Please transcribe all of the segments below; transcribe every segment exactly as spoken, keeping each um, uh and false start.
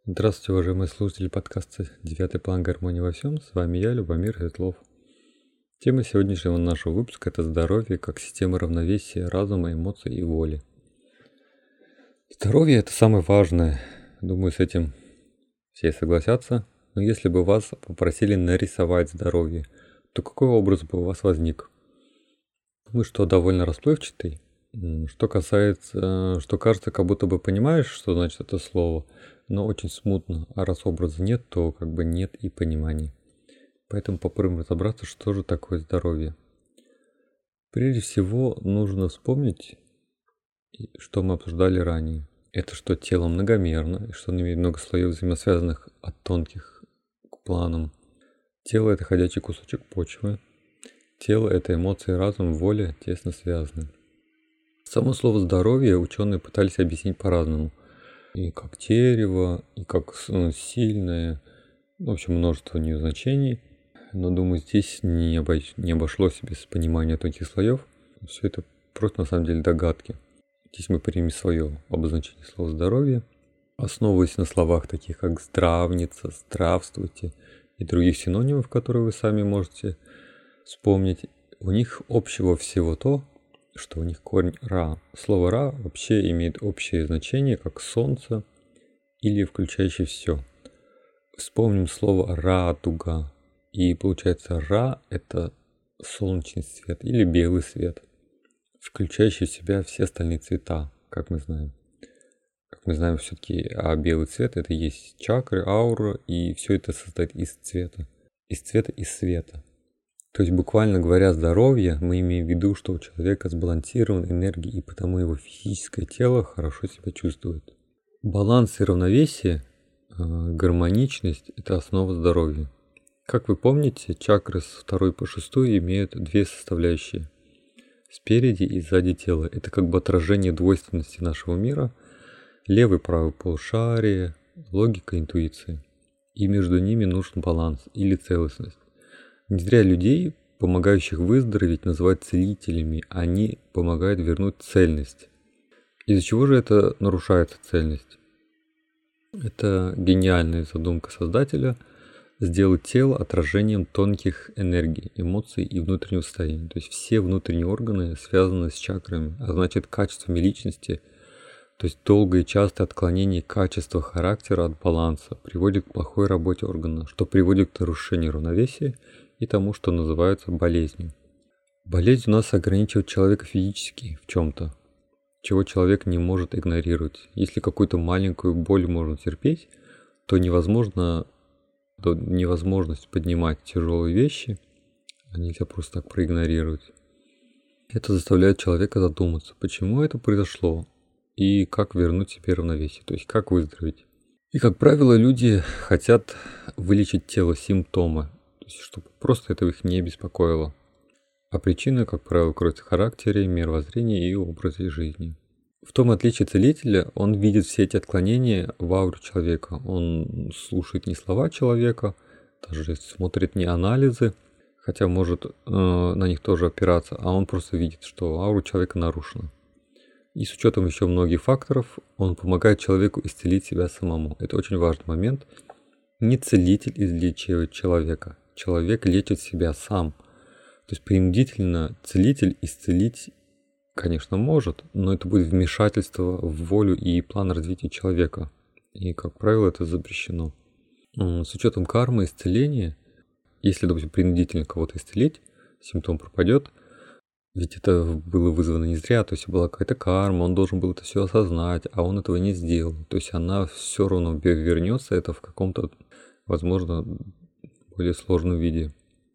Здравствуйте, уважаемые слушатели подкаста «Девятый план. Гармония во всем». С вами я, Любомир Светлов. Тема сегодняшнего нашего выпуска – это здоровье как система равновесия разума, эмоций и воли. Здоровье – это самое важное. Думаю, с этим все согласятся. Но если бы вас попросили нарисовать здоровье, то какой образ бы у вас возник? Думаю, что довольно расплывчатый. Что касается, что кажется, как будто бы понимаешь, что значит это слово, но очень смутно, а раз образа нет, то как бы нет и понимания. Поэтому попробуем разобраться, что же такое здоровье. Прежде всего, нужно вспомнить, что мы обсуждали ранее. Это что тело многомерно, и что он имеет много слоев, взаимосвязанных от тонких к планам. Тело – это ходячий кусочек почвы. Тело – это эмоции, разум, воля тесно связаны. Само слово «здоровье» ученые пытались объяснить по-разному. И как дерево, и как сильное, в общем, множество у нее значений. Но, думаю, здесь не, обо... не обошлось без понимания тонких слоев. Все это просто, на самом деле, догадки. Здесь мы примем свое обозначение слова «здоровье», основываясь на словах таких, как «здравница», «здравствуйте» и других синонимов, которые вы сами можете вспомнить. У них общего всего то, что у них корень «ра». Слово «ра» вообще имеет общее значение, как «солнце» или «включающий все». Вспомним слово «радуга». И получается «ра» — это солнечный свет или белый свет, включающий в себя все остальные цвета, как мы знаем. Как мы знаем, все-таки а белый цвет — это и есть чакры, аура, и все это состоит из цвета. Из цвета и света. То есть, буквально говоря, здоровье, мы имеем в виду, что у человека сбалансирована энергия, и потому его физическое тело хорошо себя чувствует. Баланс и равновесие, гармоничность – это основа здоровья. Как вы помните, чакры с второй по шестую имеют две составляющие. Спереди и сзади тела. Это как бы отражение двойственности нашего мира. Левый и правый полушарие, логика, интуиция. И между ними нужен баланс или целостность. Не зря людей, помогающих выздороветь, называют целителями. Они помогают вернуть цельность. Из-за чего же это нарушается цельность? Это гениальная задумка создателя сделать тело отражением тонких энергий, эмоций и внутреннего состояния. То есть все внутренние органы связаны с чакрами, а значит качествами личности. То есть долгое и частое отклонение качества характера от баланса приводит к плохой работе органа, что приводит к нарушению равновесия и тому, что называется болезнью. Болезнь у нас ограничивает человека физически в чем-то, чего человек не может игнорировать. Если какую-то маленькую боль можно терпеть, то невозможно, то невозможность поднимать тяжелые вещи, а нельзя просто так проигнорировать. Это заставляет человека задуматься, почему это произошло и как вернуть себе равновесие, то есть как выздороветь. И, как правило, люди хотят вылечить тело, симптомы, чтобы просто это их не беспокоило. А причина, как правило, кроется в характере, мировоззрении и образе жизни. В том отличие целителя, он видит все эти отклонения в ауре человека. Он слушает не слова человека, даже смотрит не анализы, хотя может э, на них тоже опираться, а он просто видит, что аура человека нарушена. И с учетом еще многих факторов, он помогает человеку исцелить себя самому. Это очень важный момент. Не целитель излечивает человека. Человек лечит себя сам. То есть принудительно целитель исцелить, конечно, может, но это будет вмешательство в волю и план развития человека. И, как правило, это запрещено. С учетом кармы исцеления, если, допустим, принудительно кого-то исцелить, симптом пропадет, ведь это было вызвано не зря, то есть была какая-то карма, он должен был это все осознать, а он этого не сделал. То есть она все равно вернется это в каком-то, возможно, более сложном виде.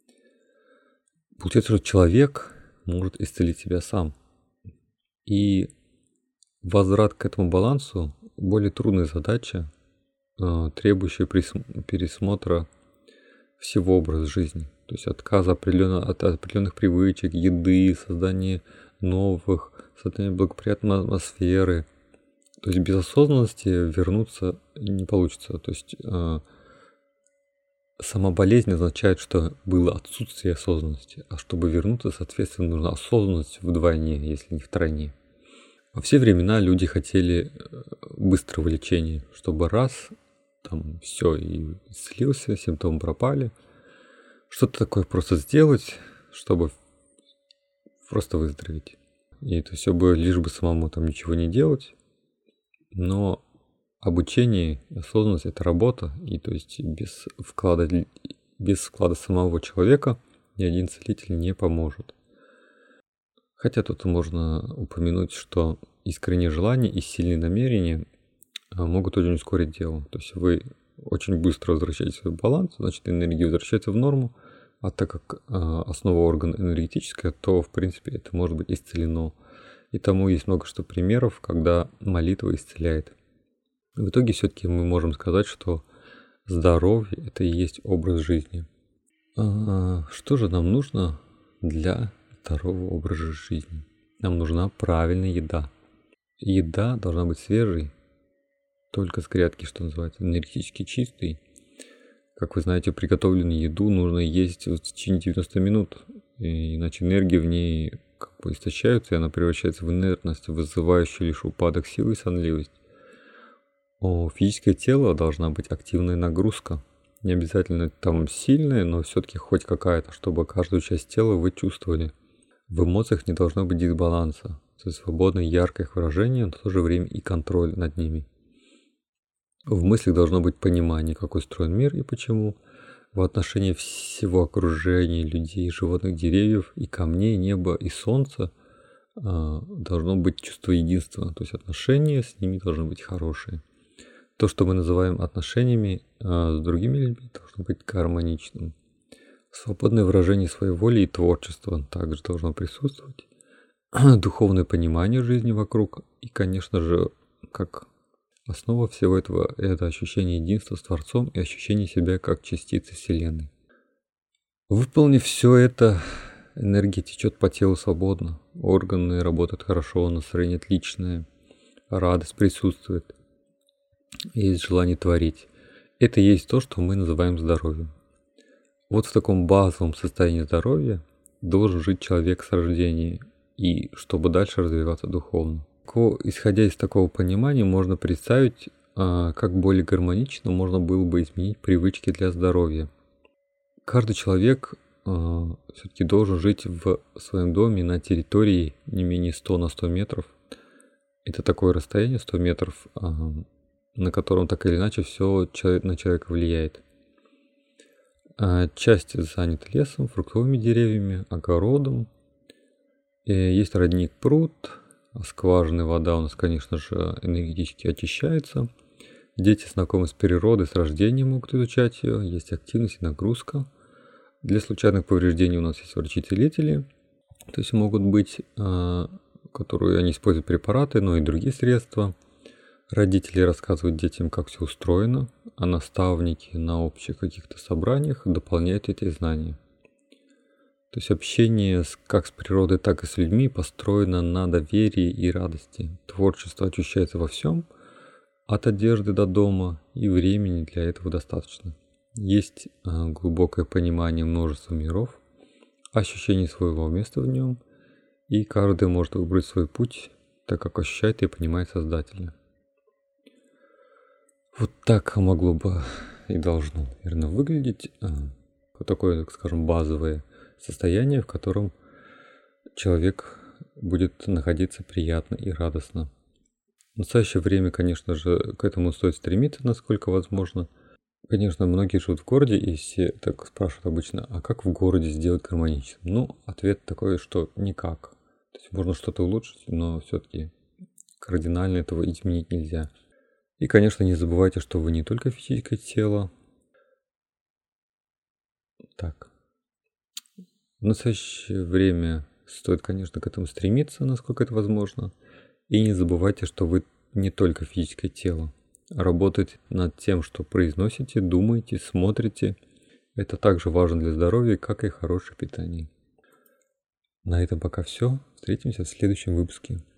Получается, что человек может исцелить себя сам. И возврат к этому балансу более трудная задача, требующая пересмотра всего образа жизни. То есть отказа определенно, от определенных привычек, еды, создания новых, создания благоприятной атмосферы. То есть без осознанности вернуться не получится. То есть сама болезнь означает, что было отсутствие осознанности, а чтобы вернуться, соответственно, нужна осознанность вдвойне, если не втройне. Во все времена люди хотели быстрого лечения, чтобы раз там все, и исцелился, симптомы пропали. Что-то такое просто сделать, чтобы просто выздороветь. И это все бы лишь бы самому там ничего не делать. Но обучение, осознанность — это работа, и то есть без вклада, без вклада самого человека ни один целитель не поможет. Хотя тут можно упомянуть, что искреннее желание и сильные намерения могут очень ускорить дело. То есть вы очень быстро возвращаете свой баланс, значит энергия возвращается в норму, а так как основа органа энергетическая, то в принципе это может быть исцелено. И тому есть много что примеров, когда молитва исцеляет. В итоге все-таки мы можем сказать, что здоровье — это и есть образ жизни. А что же нам нужно для здорового образа жизни? Нам нужна правильная еда. Еда должна быть свежей, только с грядки, что называется, энергетически чистой. Как вы знаете, приготовленную еду нужно есть в течение девяноста минут, иначе энергия в ней как бы истощается, и она превращается в инертность, вызывающую лишь упадок сил и сонливость. У физического тела должна быть активная нагрузка. Не обязательно там сильная, но все-таки хоть какая-то, чтобы каждую часть тела вы чувствовали. В эмоциях не должно быть дисбаланса, то есть свободное яркое их выражение, но в то же время и контроль над ними. В мыслях должно быть понимание, как устроен мир и почему. В отношении всего окружения, людей, животных, деревьев и камней, неба и солнца должно быть чувство единства, то есть отношения с ними должны быть хорошие. То, что мы называем отношениями с другими людьми, должно быть гармоничным. Свободное выражение своей воли и творчества также должно присутствовать. Духовное понимание жизни вокруг. И, конечно же, как основа всего этого — это ощущение единства с Творцом и ощущение себя как частицы Вселенной. Выполнив все это, энергия течет по телу свободно. Органы работают хорошо, настроение отличное, радость присутствует. Есть желание творить. Это и есть то, что мы называем здоровьем. Вот в таком базовом состоянии здоровья должен жить человек с рождения, и чтобы дальше развиваться духовно. Исходя из такого понимания, можно представить, как более гармонично можно было бы изменить привычки для здоровья. Каждый человек все-таки должен жить в своем доме на территории не менее сто на сто метров. Это такое расстояние сто метров, на котором так или иначе все на человека влияет. Часть занята лесом, фруктовыми деревьями, огородом. Есть родник, пруд, скважинная вода у нас, конечно же, энергетически очищается. Дети знакомы с природой, с рождения могут изучать ее. Есть активность и нагрузка. Для случайных повреждений у нас есть врачи-целители. То есть могут быть, которые они используют препараты, но и другие средства. Родители рассказывают детям, как все устроено, а наставники на общих каких-то собраниях дополняют эти знания. То есть общение с, как с природой, так и с людьми построено на доверии и радости. Творчество ощущается во всем, от одежды до дома, и времени для этого достаточно. Есть глубокое понимание множества миров, ощущение своего места в нем, и каждый может выбрать свой путь, так как ощущает и понимает Создателя. Вот так могло бы и должно, наверное, выглядеть вот такое, так скажем, базовое состояние, в котором человек будет находиться приятно и радостно. В настоящее время, конечно же, к этому стоит стремиться, насколько возможно. Конечно, многие живут в городе, и все так спрашивают обычно, а как в городе сделать гармоничным? Ну, ответ такой, что никак. То есть можно что-то улучшить, но все-таки кардинально этого изменить нельзя. И, конечно, не забывайте, что вы не только физическое тело. Так. В настоящее время стоит, конечно, к этому стремиться, насколько это возможно. И не забывайте, что вы не только физическое тело. Работайте над тем, что произносите, думаете, смотрите. Это также важно для здоровья, как и хорошее питание. На этом пока все. Встретимся в следующем выпуске.